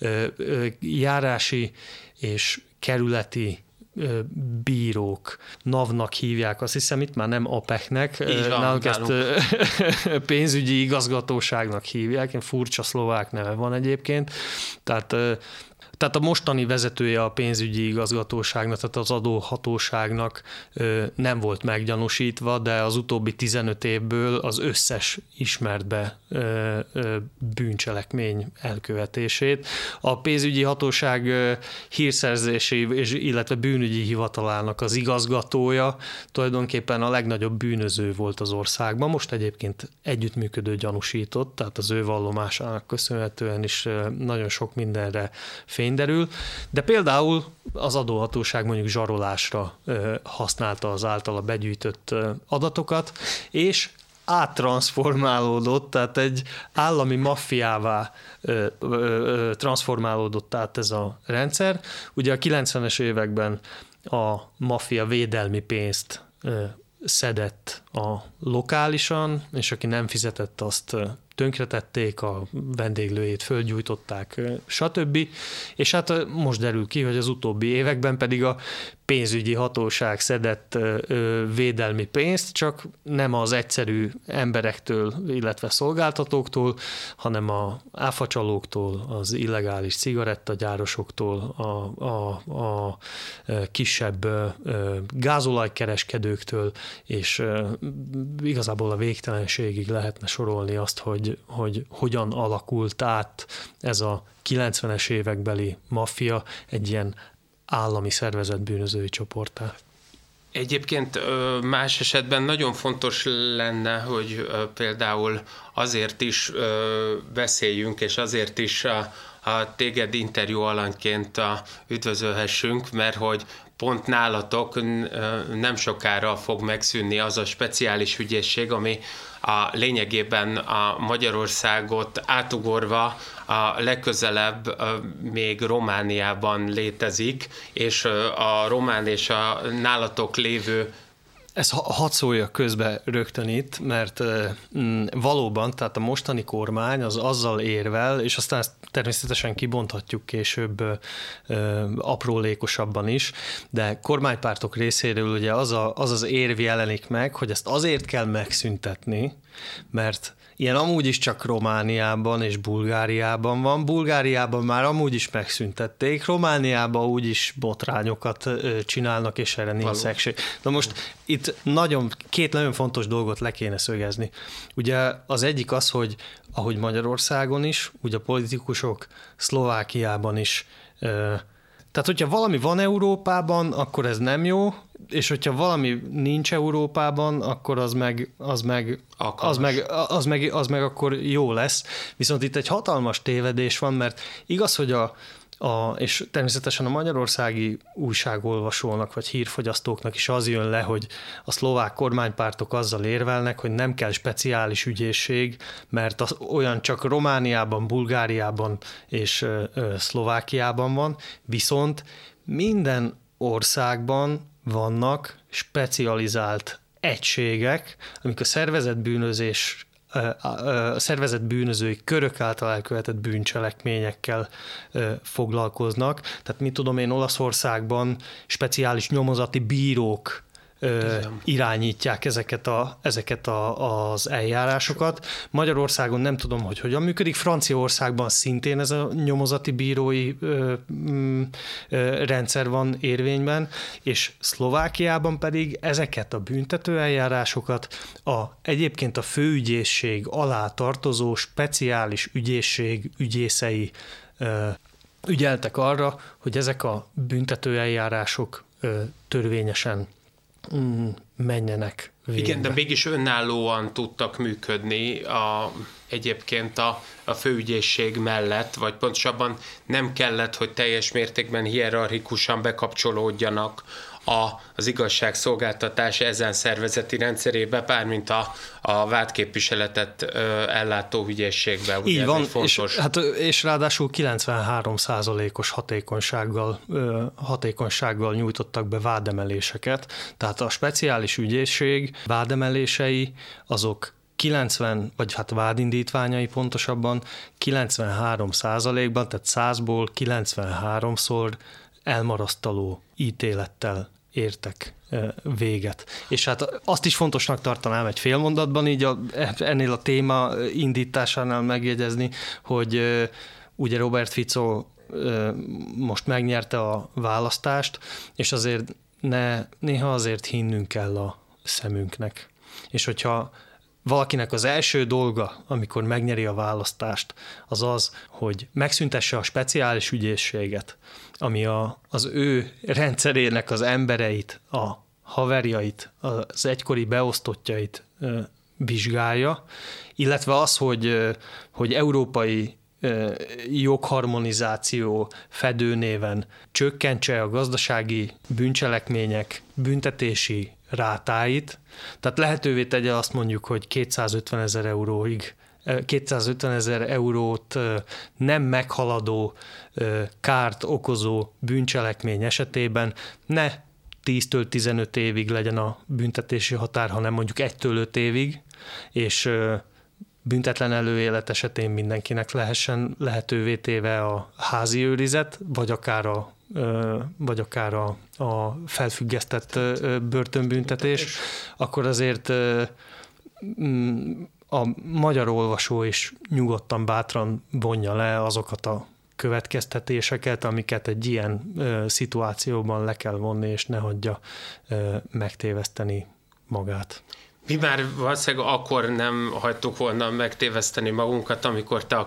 járási és kerületi bírók, NAV-nak hívják, azt hiszem itt már nem APEC-nek, nálunk ezt pénzügyi igazgatóságnak hívják, ilyen furcsa szlovák neve van egyébként, tehát a mostani vezetője a pénzügyi igazgatóságnak, tehát az adóhatóságnak nem volt meggyanúsítva, de az utóbbi 15 évből az összes ismert be bűncselekmény elkövetését. A pénzügyi hatóság hírszerzési, illetve bűnügyi hivatalának az igazgatója tulajdonképpen a legnagyobb bűnöző volt az országban. Most egyébként együttműködő gyanúsított, tehát az ő vallomásának köszönhetően is nagyon sok mindenre derül, de például az adóhatóság mondjuk zsarolásra használta az általa begyűjtött adatokat, és áttranszformálódott, tehát egy állami maffiává transformálódott át ez a rendszer. Ugye a 90-es években a maffia védelmi pénzt szedett a lokálisan, és aki nem fizetett, azt tönkretették, a vendéglőjét fölgyújtották, stb. És hát most derül ki, hogy az utóbbi években pedig a pénzügyi hatóság szedett védelmi pénzt, csak nem az egyszerű emberektől, illetve szolgáltatóktól, hanem a áfacsalóktól, az illegális cigarettagyárosoktól, a kisebb gázolajkereskedőktől, és igazából a végtelenségig lehetne sorolni azt, hogy hogyan alakult át ez a 90-es évekbeli maffia egy ilyen állami szervezett bűnözői csoporttá. Egyébként más esetben nagyon fontos lenne, hogy például azért is beszéljünk, és azért is a téged interjú alanyként üdvözölhessünk, mert hogy pont nálatok nem sokára fog megszűnni az a speciális ügyészség, ami lényegében a Magyarországot átugorva a legközelebb még Romániában létezik, és a román és a nálatok lévő Ez hadd szóljak közbe rögtön itt, mert valóban, tehát a mostani kormány az azzal érvel, és aztán ezt természetesen kibonthatjuk később aprólékosabban is, de kormánypártok részéről ugye az az érv jelenik meg, hogy ezt azért kell megszüntetni, mert ilyen amúgy is csak Romániában és Bulgáriában van. Bulgáriában már amúgy is megszüntették, Romániában úgyis botrányokat csinálnak, és erre nincs szükség. Na most itt két nagyon fontos dolgot le kéne szögezni. Ugye az egyik az, hogy ahogy Magyarországon is, ugye a politikusok Szlovákiában is, tehát hogyha valami van Európában, akkor ez nem jó, és hogyha valami nincs Európában, akkor az meg akkor jó lesz. Viszont itt egy hatalmas tévedés van, mert igaz, hogy és természetesen a magyarországi újságolvasónak vagy hírfogyasztóknak is az jön le, hogy a szlovák kormánypártok azzal érvelnek, hogy nem kell speciális ügyészség, mert olyan csak Romániában, Bulgáriában és Szlovákiában van, viszont minden országban vannak specializált egységek, amik a szervezett bűnözői körök által elkövetett bűncselekményekkel foglalkoznak. Tehát mit tudom én, Olaszországban speciális nyomozati bírók irányítják ezeket az eljárásokat. Magyarországon nem tudom, hogy hogyan működik. Franciaországban szintén ez a nyomozati bírói rendszer van érvényben, és Szlovákiában pedig ezeket a büntető eljárásokat egyébként a főügyészség alá tartozó speciális ügyészség ügyészei ügyeltek arra, hogy ezek a büntető eljárások törvényesen menjenek végbe. Igen, de mégis önállóan tudtak működni egyébként a főügyészség mellett, vagy pontosabban nem kellett, hogy teljes mértékben hierarchikusan bekapcsolódjanak az igazságszolgáltatás ezen szervezeti rendszerébe, bármint a vádképviseletet ellátó ügyészségbe. Ugye így van, fontos. és ráadásul 93%-os hatékonysággal nyújtottak be vádemeléseket, tehát a speciális ügyészség vádemelései azok 90, vagy hát vádindítványai pontosabban 93%-ban, tehát 100-ból 93-szor elmarasztaló ítélettel értek véget. És hát azt is fontosnak tartanám egy félmondatban így ennél a téma indításánál megjegyezni, hogy ugye Robert Fico most megnyerte a választást, és azért néha azért hinnünk kell a szemünknek. És hogyha valakinek az első dolga, amikor megnyeri a választást, az, hogy megszüntesse a speciális ügyészséget, ami az ő rendszerének az embereit, a haverjait, az egykori beosztottjait vizsgálja, illetve az, hogy európai jogharmonizáció fedőnéven csökkentse a gazdasági bűncselekmények büntetési rátáit, tehát lehetővé tegye azt mondjuk, hogy 250 000 eurót nem meghaladó kárt okozó bűncselekmény esetében ne 10-től 15 évig legyen a büntetési határ, hanem mondjuk 1-től 5 évig, és büntetlen előélet esetén mindenkinek lehessen lehetővé téve a házi őrizet, vagy akár a felfüggesztett börtönbüntetés, akkor azért a magyar olvasó is nyugodtan, bátran vonja le azokat a következtetéseket, amiket egy ilyen szituációban le kell vonni, és ne hagyja megtéveszteni magát. Mi már valószínűleg akkor nem hagytuk volna megtéveszteni magunkat, amikor te a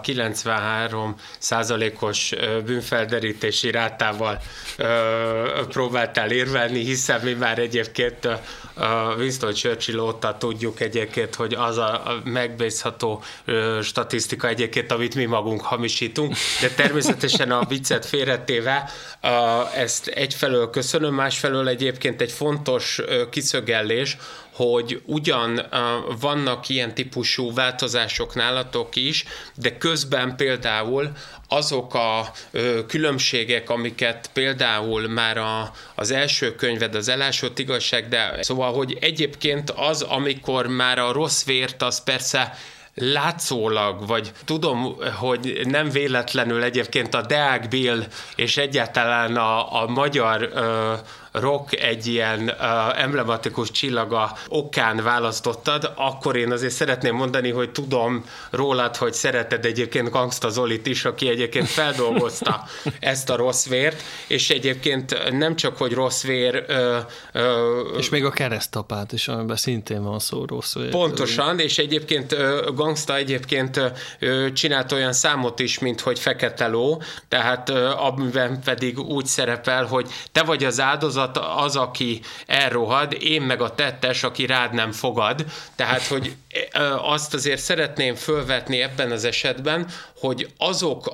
93%-os bűnfelderítési rátával próbáltál érvelni, hiszen mi már egyébként Winston Churchill óta tudjuk egyébként, hogy az a megbízható statisztika egyébként, amit mi magunk hamisítunk, de természetesen a viccet félretéve ezt egyfelől köszönöm, másfelől egyébként egy fontos kiszögellés, hogy ugyan vannak ilyen típusú változások nálatok is, de közben például azok a különbségek, amiket például már az első könyved, az Elásott igazság, de szóval Szóval, hogy egyébként az, amikor már a rossz vért, az persze látszólag, vagy tudom, hogy nem véletlenül egyébként a Deák Bill és egyáltalán a magyar rock egy ilyen emblematikus csillaga okán választottad, akkor én azért szeretném mondani, hogy tudom rólad, hogy szereted egyébként Gangsta Zolit is, aki egyébként feldolgozta ezt a rossz vért, és egyébként nem csak, hogy rossz vér... és még a Keresztapát is, amiben szintén van szó rossz vér. Pontosan, és egyébként Gangsta egyébként csinált olyan számot is, mint hogy Fekete Ló, tehát amiben pedig úgy szerepel, hogy te vagy az áldozat, az, aki elrohad, én meg a tettes, aki rád nem fogad. Tehát, hogy azt azért szeretném fölvetni ebben az esetben, hogy azok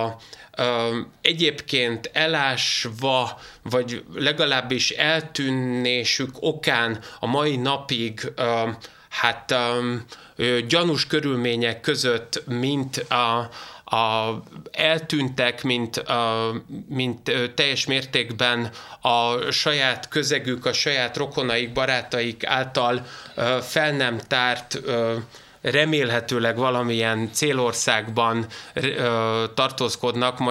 egyébként elásva, vagy legalábbis eltűnésük okán a mai napig gyanús körülmények között, mint eltűntek, mint teljes mértékben a saját közegük, a saját rokonaik, barátaik által fel nem tárt, remélhetőleg valamilyen célországban tartózkodnak,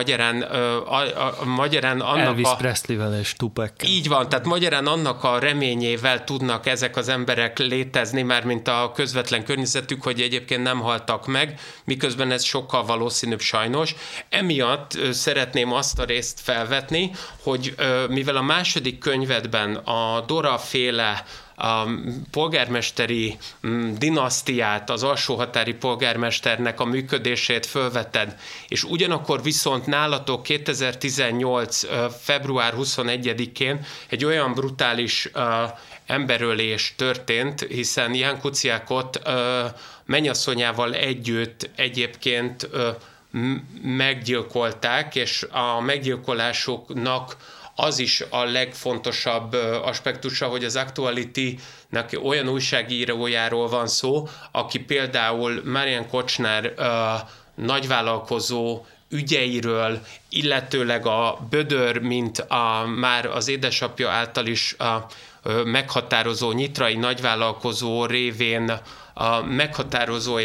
magyarán annak Elvis Presleyvel és Tupackel. Így van, tehát magyarán annak a reményével tudnak ezek az emberek létezni, már mint a közvetlen környezetük, hogy egyébként nem haltak meg, miközben ez sokkal valószínűbb sajnos. Emiatt szeretném azt a részt felvetni, hogy mivel a második könyvedben a Dora féle a polgármesteri dinasztiát, az alsóhatári polgármesternek a működését fölveted, és ugyanakkor viszont nálatok 2018. február 21-én egy olyan brutális emberölés történt, hiszen Ján Kuciákot mennyasszonyával együtt egyébként meggyilkolták, és a meggyilkolásoknak az is a legfontosabb aspektusa, hogy az Actuality-nek olyan újságírójáról van szó, aki például Marian Kocsner nagyvállalkozó ügyeiről, illetőleg a Bödör, mint már az édesapja által is meghatározó nyitrai nagyvállalkozó révén meghatározó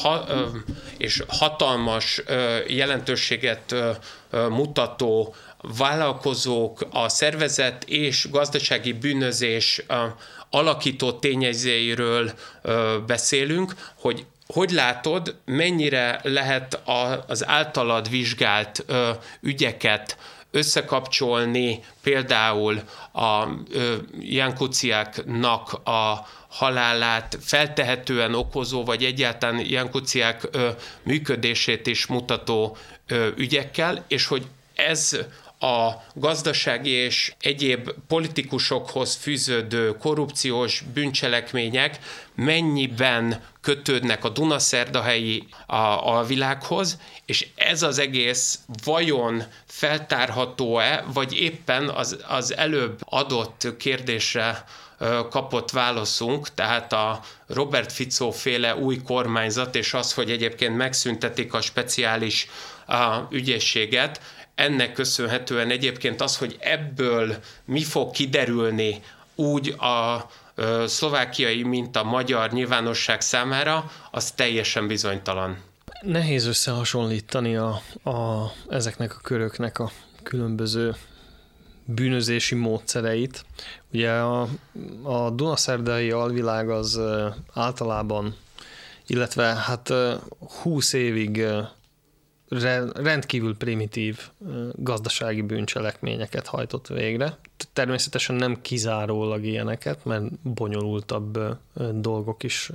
és hatalmas jelentőséget mutató vállalkozók, a szervezet és gazdasági bűnözés alakító tényezőiről beszélünk, hogy látod, mennyire lehet az általad vizsgált ügyeket összekapcsolni például a Ján Kuciáknak a halálát feltehetően okozó, vagy egyáltalán Ján Kuciák működését is mutató ügyekkel, és hogy ez a gazdasági és egyéb politikusokhoz fűződő korrupciós bűncselekmények mennyiben kötődnek a Dunaszerdahelyi alvilághoz, és ez az egész vajon feltárható-e, vagy éppen az előbb adott kérdésre kapott válaszunk, tehát a Robert Fico féle új kormányzat, és az, hogy egyébként megszüntetik a speciális ügyészséget, ennek köszönhetően egyébként az, hogy ebből mi fog kiderülni úgy a szlovákiai, mint a magyar nyilvánosság számára, az teljesen bizonytalan. Nehéz összehasonlítani ezeknek a köröknek a különböző bűnözési módszereit. Ugye a Dunaszerdai alvilág az általában, illetve 20 évig rendkívül primitív gazdasági bűncselekményeket hajtott végre. Természetesen nem kizárólag ilyeneket, mert bonyolultabb dolgok is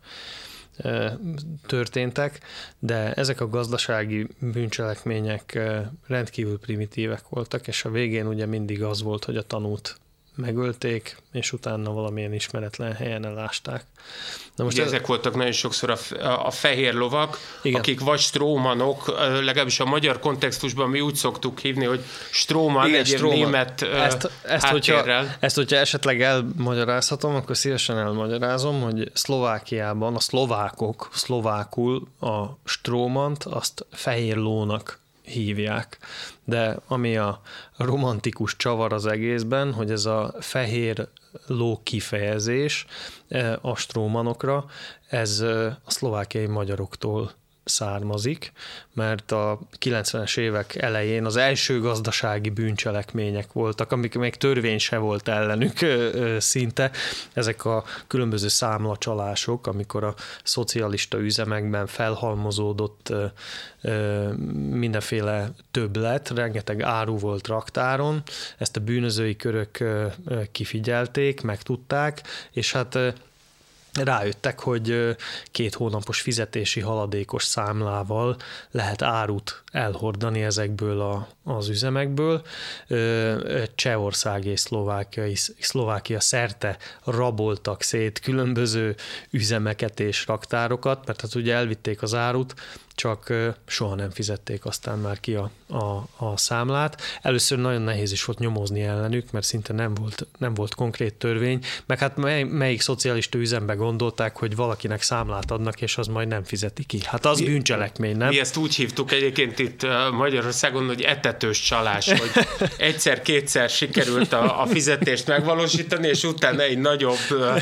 történtek, de ezek a gazdasági bűncselekmények rendkívül primitívek voltak, és a végén ugye mindig az volt, hogy a tanút megölték, és utána valamilyen ismeretlen helyen elásták. Na most ezek voltak nagyon sokszor a fehér lovak, igen, akik vagy strómanok, legalábbis a magyar kontextusban mi úgy szoktuk hívni, hogy stróman, igen, egy stróman. Német háttérrel. Ezt, hogyha esetleg elmagyarázhatom, akkor szívesen elmagyarázom, hogy Szlovákiában a szlovákok szlovákul a strómant azt fehér lónak hívják. De ami a romantikus csavar az egészben, hogy ez a fehér ló kifejezés a strómanokra, ez a szlovákiai magyaroktól származik, mert a 90-es évek elején az első gazdasági bűncselekmények voltak, amik még törvény se volt ellenük szinte. Ezek a különböző számlacsalások, amikor a szocialista üzemekben felhalmozódott mindenféle többlet, rengeteg áru volt raktáron, ezt a bűnözői körök kifigyelték, megtudták, és hát rájöttek, hogy 2 hónapos fizetési haladékos számlával lehet árut elhordani ezekből az üzemekből. Csehország és Szlovákia szerte raboltak szét különböző üzemeket és raktárokat, mert hát ugye elvitték az árut, csak soha nem fizették aztán már ki a számlát. Először nagyon nehéz is volt nyomozni ellenük, mert szinte nem volt konkrét törvény, meg hát melyik szocialista üzembe gondolták, hogy valakinek számlát adnak, és az majd nem fizeti ki. Hát az bűncselekmény, nem? Mi ezt úgy hívtuk egyébként itt Magyarországon, hogy etetős csalás, hogy egyszer-kétszer sikerült a fizetést megvalósítani, és utána egy nagyobb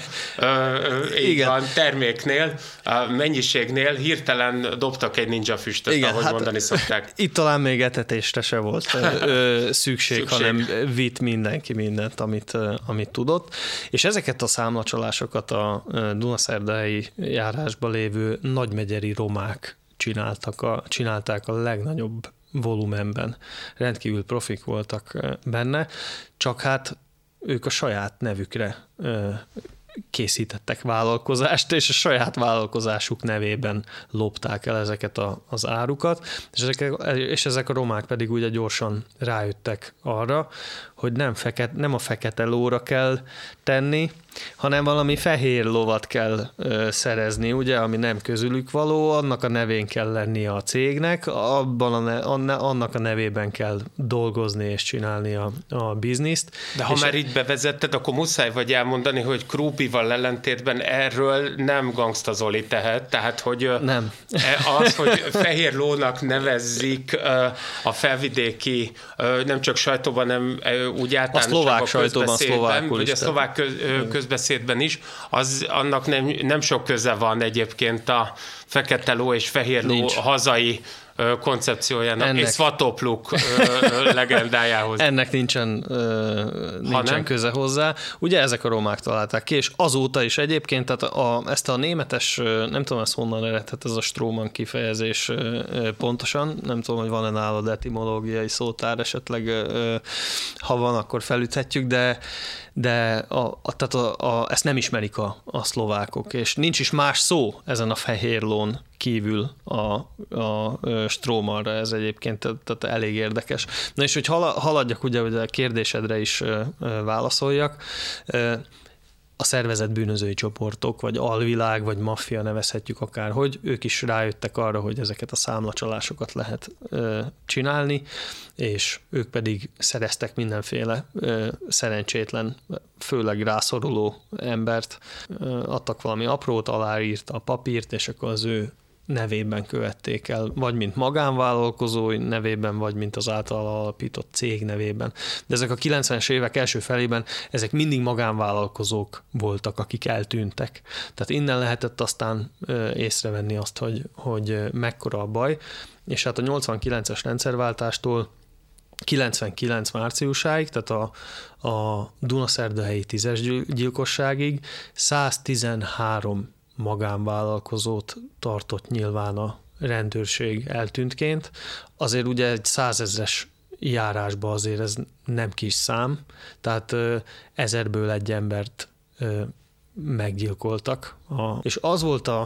terméknél, mennyiségnél hirtelen dobtak egy ninja füstöt, igen, ahogy mondani szokták. Itt talán még etetésre se volt szükség, hanem vitt mindenki mindent, amit tudott. És ezeket a számlacsalásokat a Dunaszerdahelyi járásban lévő nagymegyeri romák csinálták a legnagyobb volumenben. Rendkívül profik voltak benne, csak hát ők a saját nevükre készítettek vállalkozást, és a saját vállalkozásuk nevében lopták el ezeket az árukat, és ezek a romák pedig ugye gyorsan rájöttek arra, hogy nem a fekete lóra kell tenni, hanem valami fehér lovat kell szerezni, ugye, ami nem közülük való, annak a nevén kell lennie a cégnek, annak a nevében kell dolgozni és csinálni a bizniszt. De ha már így bevezetted, akkor muszáj vagy elmondani, hogy Krúpival ellentétben erről nem Gangsta Zoli tehet, tehát hogy nem. Az, hogy fehér lónak nevezzik a felvidéki, nem csak sajtóban, nem úgy általánosan a közbeszédben, vagy a szlovák közbeszédben is, annak nem sok köze van egyébként a fekete ló és fehér ló hazai koncepciójának, és Svatopluk legendájához. Ennek nincsen köze hozzá. Ugye ezek a romák találták ki, és azóta is egyébként, tehát ezt a németes, nem tudom, ez honnan eredhet, ez a Strohmann kifejezés pontosan, nem tudom, hogy van-e nálad etimológiai szótár, esetleg ha van, akkor felüthetjük, de ezt nem ismerik a szlovákok, és nincs is más szó ezen a fehér lón kívül a Strohmannra, ez egyébként tehát elég érdekes. Na és hogy haladjak, ugye, hogy a kérdésedre is válaszoljak, a szervezett bűnözői csoportok, vagy alvilág, vagy maffia, nevezhetjük akárhogy, ők is rájöttek arra, hogy ezeket a számlacsalásokat lehet csinálni, és ők pedig szereztek mindenféle szerencsétlen, főleg rászoruló embert, adtak valami aprót, aláírt a papírt, és akkor az ő nevében követték el, vagy mint magánvállalkozói nevében, vagy mint az által alapított cég nevében. De ezek a 90-es évek első felében ezek mindig magánvállalkozók voltak, akik eltűntek. Tehát innen lehetett aztán észrevenni azt, hogy mekkora a baj, és hát a 89-es rendszerváltástól 99 márciusáig, tehát a Dunaszerdahelyi 10-es gyilkosságig 113 magánvállalkozót tartott nyilván a rendőrség eltűntként. Azért ugye egy 100 000-es járásban azért ez nem kis szám, tehát 1000-ből egy embert meggyilkoltak. És az volt a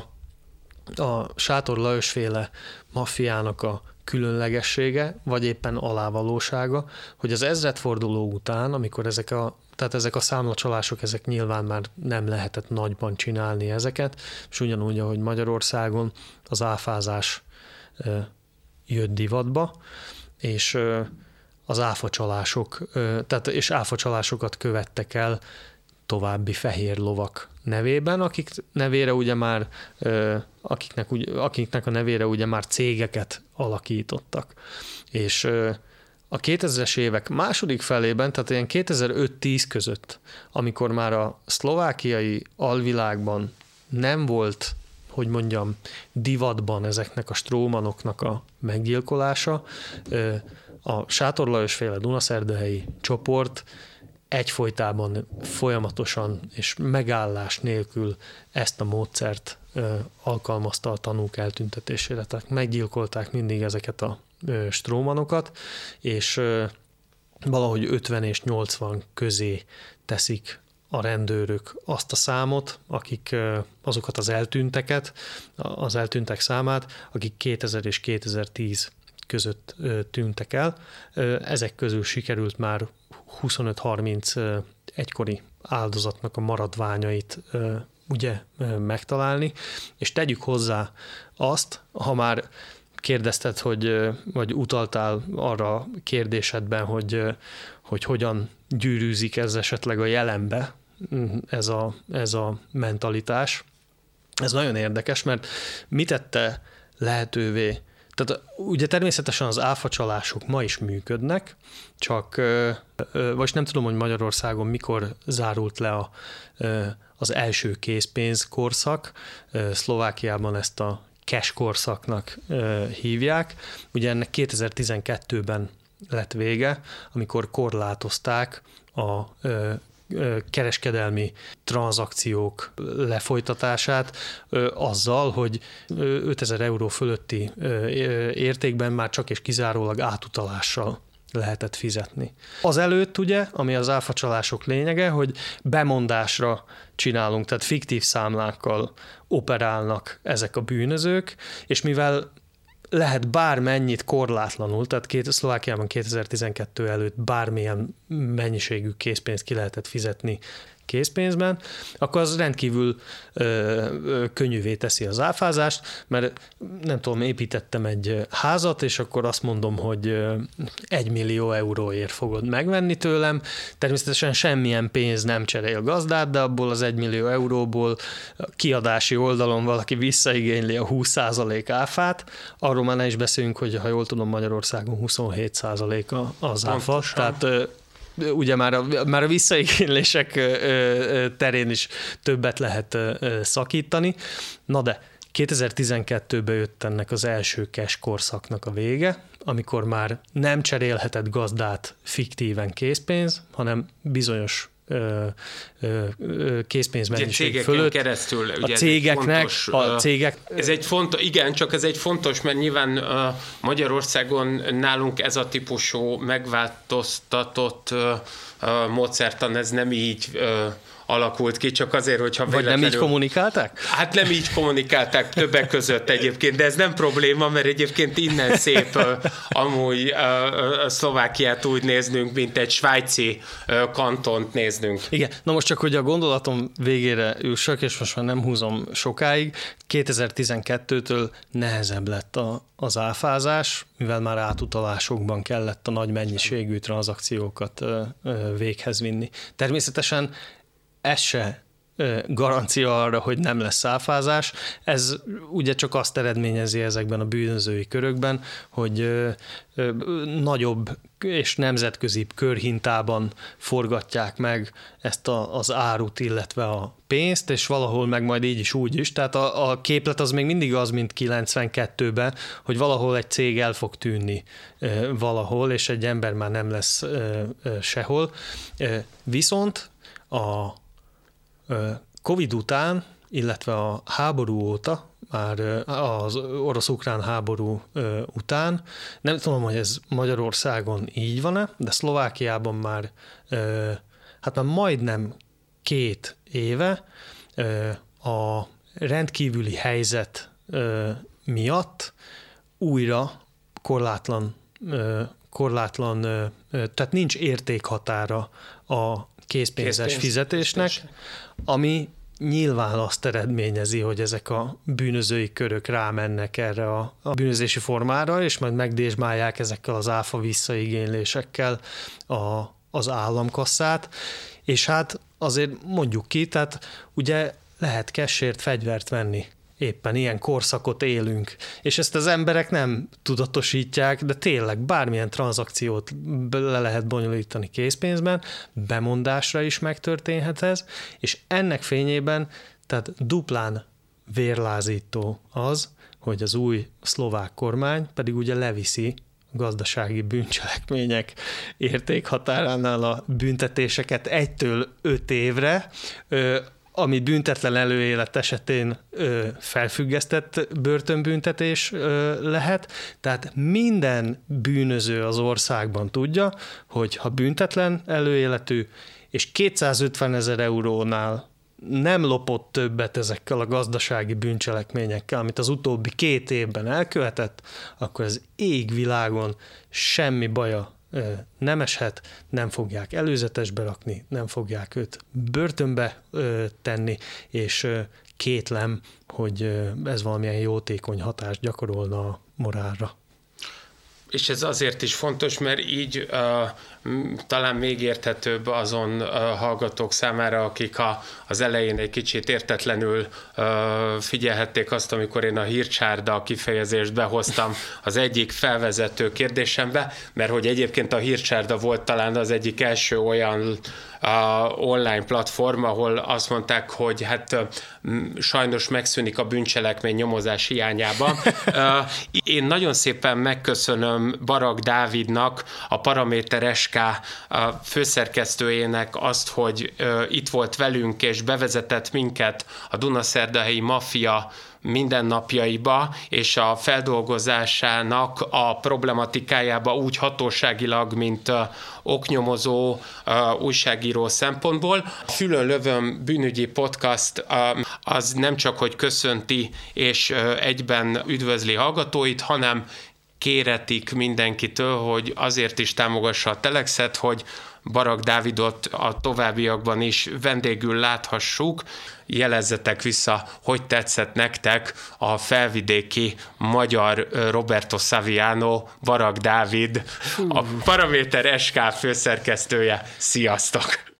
Sátor Lajos-féle maffiának a különlegessége, vagy éppen alávalósága, hogy az ezredforduló után, amikor ezek a számlacsalások, ezek nyilván már nem lehetett nagyban csinálni ezeket, és ugyanúgy, ahogy Magyarországon az áfázás jött divatba, és az áfacsalások, és áfacsalásokat követtek el további fehér lovak nevében, akiknek a nevére ugye már cégeket alakítottak. És a 2000-es évek második felében, tehát ilyen 2005-10 között, amikor már a szlovákiai alvilágban nem volt, hogy mondjam, divatban ezeknek a strómanoknak a meggyilkolása, a Sátor Lajos féle dunaszerdahelyi csoport egyfolytában folyamatosan és megállás nélkül ezt a módszert alkalmazta a tanúk eltüntetésére. Tehát meggyilkolták mindig ezeket a strómanokat, és valahogy 50 és 80 közé teszik a rendőrök azt a számot, akik azokat az eltűntek számát, akik 2000 és 2010 között tűntek el. Ezek közül sikerült már 25-30 egykori áldozatnak a maradványait ugye megtalálni, és tegyük hozzá azt, ha már kérdezted, vagy utaltál arra a kérdésedben, hogy hogyan gyűrűzik ez esetleg a jelenbe, ez a mentalitás. Ez nagyon érdekes, mert mit tette lehetővé? Tehát ugye természetesen az áfacsalások ma is működnek, csak vagy nem tudom, hogy Magyarországon mikor zárult le az első készpénz korszak. Szlovákiában ezt a cash korszaknak hívják. Ugye ennek 2012-ben lett vége, amikor korlátozták a kereskedelmi tranzakciók lefolytatását azzal, hogy 5000 euró fölötti értékben már csak és kizárólag átutalással lehetett fizetni. Azelőtt ugye, ami az áfacsalások lényege, hogy bemondásra csinálunk, tehát fiktív számlákkal operálnak ezek a bűnözők, és mivel lehet bármennyit korlátlanul, tehát Szlovákiában 2012 előtt bármilyen mennyiségű készpénzt ki lehetett fizetni készpénzben, akkor az rendkívül könnyűvé teszi az áfázást, mert nem tudom, építettem egy házat, és akkor azt mondom, hogy 1 millió euróért fogod megvenni tőlem. Természetesen semmilyen pénz nem cserél gazdát, de abból az 1 millió euróból kiadási oldalon valaki visszaigényli a 20% áfát. Arról már ne is beszéljünk, hogy ha jól tudom, Magyarországon 27% az áfa. Pontosan. Tehát ugye már a visszaigénylések terén is többet lehet szakítani. Na de 2012-ben jött ennek az első cash korszaknak a vége, amikor már nem cserélhetett gazdát fiktíven készpénz, hanem bizonyos készpénzmennyiség fölött. Keresztül, a cégeknek, Ez egy fontos, igen, csak ez egy fontos, mert nyilván Magyarországon nálunk ez a típusú megváltoztatott módszertan, ez nem így alakult ki, csak azért, hogyha véletlenül... Vagy nem így kommunikálták? Hát nem így kommunikálták többek között egyébként, de ez nem probléma, mert egyébként innen szép amúgy Szlovákiát úgy néznünk, mint egy svájci kantont néznünk. Igen, na most csak, hogy a gondolatom végére üssök, és most már nem húzom sokáig, 2012-től nehezebb lett az áfázás, mivel már átutalásokban kellett a nagy mennyiségű tranzakciókat véghez vinni. Természetesen ez se garancia arra, hogy nem lesz áfázás. Ez ugye csak azt eredményezi ezekben a bűnözői körökben, hogy nagyobb és nemzetközi körhintában forgatják meg ezt az árut, illetve a pénzt, és valahol meg majd így is úgy is. Tehát a képlet az még mindig az, mint 92-ben, hogy valahol egy cég el fog tűnni valahol, és egy ember már nem lesz sehol. Viszont a Covid után, illetve a háború óta, már az orosz-ukrán háború után, nem tudom, hogy ez Magyarországon így van-e, de Szlovákiában már majdnem 2 éve a rendkívüli helyzet miatt újra korlátlan, tehát nincs értékhatára a készpénzes fizetésnek, ami nyilván azt eredményezi, hogy ezek a bűnözői körök rámennek erre a bűnözési formára, és majd megdésmálják ezekkel az áfa visszaigénylésekkel az államkasszát, és hát azért mondjuk ki, tehát ugye lehet cash-ért fegyvert venni. Éppen ilyen korszakot élünk, és ezt az emberek nem tudatosítják, de tényleg bármilyen tranzakciót le lehet bonyolítani készpénzben, bemondásra is megtörténhet ez, és ennek fényében, tehát duplán vérlázító az, hogy az új szlovák kormány pedig ugye leviszi gazdasági bűncselekmények értékhatáránál a büntetéseket 1-től 5 évre, ami büntetlen előélet esetén felfüggesztett börtönbüntetés lehet. Tehát minden bűnöző az országban tudja, hogy ha büntetlen előéletű, és 250 000 eurónál nem lopott többet ezekkel a gazdasági bűncselekményekkel, amit az utóbbi 2 évben elkövetett, akkor az égvilágon semmi baja nem eshet, nem fogják előzetesbe rakni, nem fogják őt börtönbe tenni, és kétlem, hogy ez valamilyen jótékony hatást gyakorolna a morálra. És ez azért is fontos, mert így talán még érthetőbb azon hallgatók számára, akik az elején egy kicsit értetlenül figyelhették azt, amikor én a hírcsárda kifejezést behoztam az egyik felvezető kérdésembe, mert hogy egyébként a hírcsárda volt talán az egyik első olyan online platform, ahol azt mondták, hogy hát sajnos megszűnik a bűncselekmény nyomozás hiányában. Én nagyon szépen megköszönöm Barag Dávidnak, a Paraméter SK főszerkesztőjének azt, hogy itt volt velünk és bevezetett minket a Dunaszerdahelyi maffia mindennapjaiba, és a feldolgozásának a problematikájába úgy hatóságilag, mint oknyomozó, újságíró szempontból. A Fülön lövöm bűnügyi podcast az nem csak, hogy köszönti és egyben üdvözli hallgatóit, hanem kéretik mindenkitől, hogy azért is támogassa a Telexet, hogy Barag Dávidot a továbbiakban is vendégül láthassuk. Jelezzetek vissza, hogy tetszett nektek a felvidéki magyar Roberto Saviano, Barag Dávid, a Paraméter SK főszerkesztője. Sziasztok!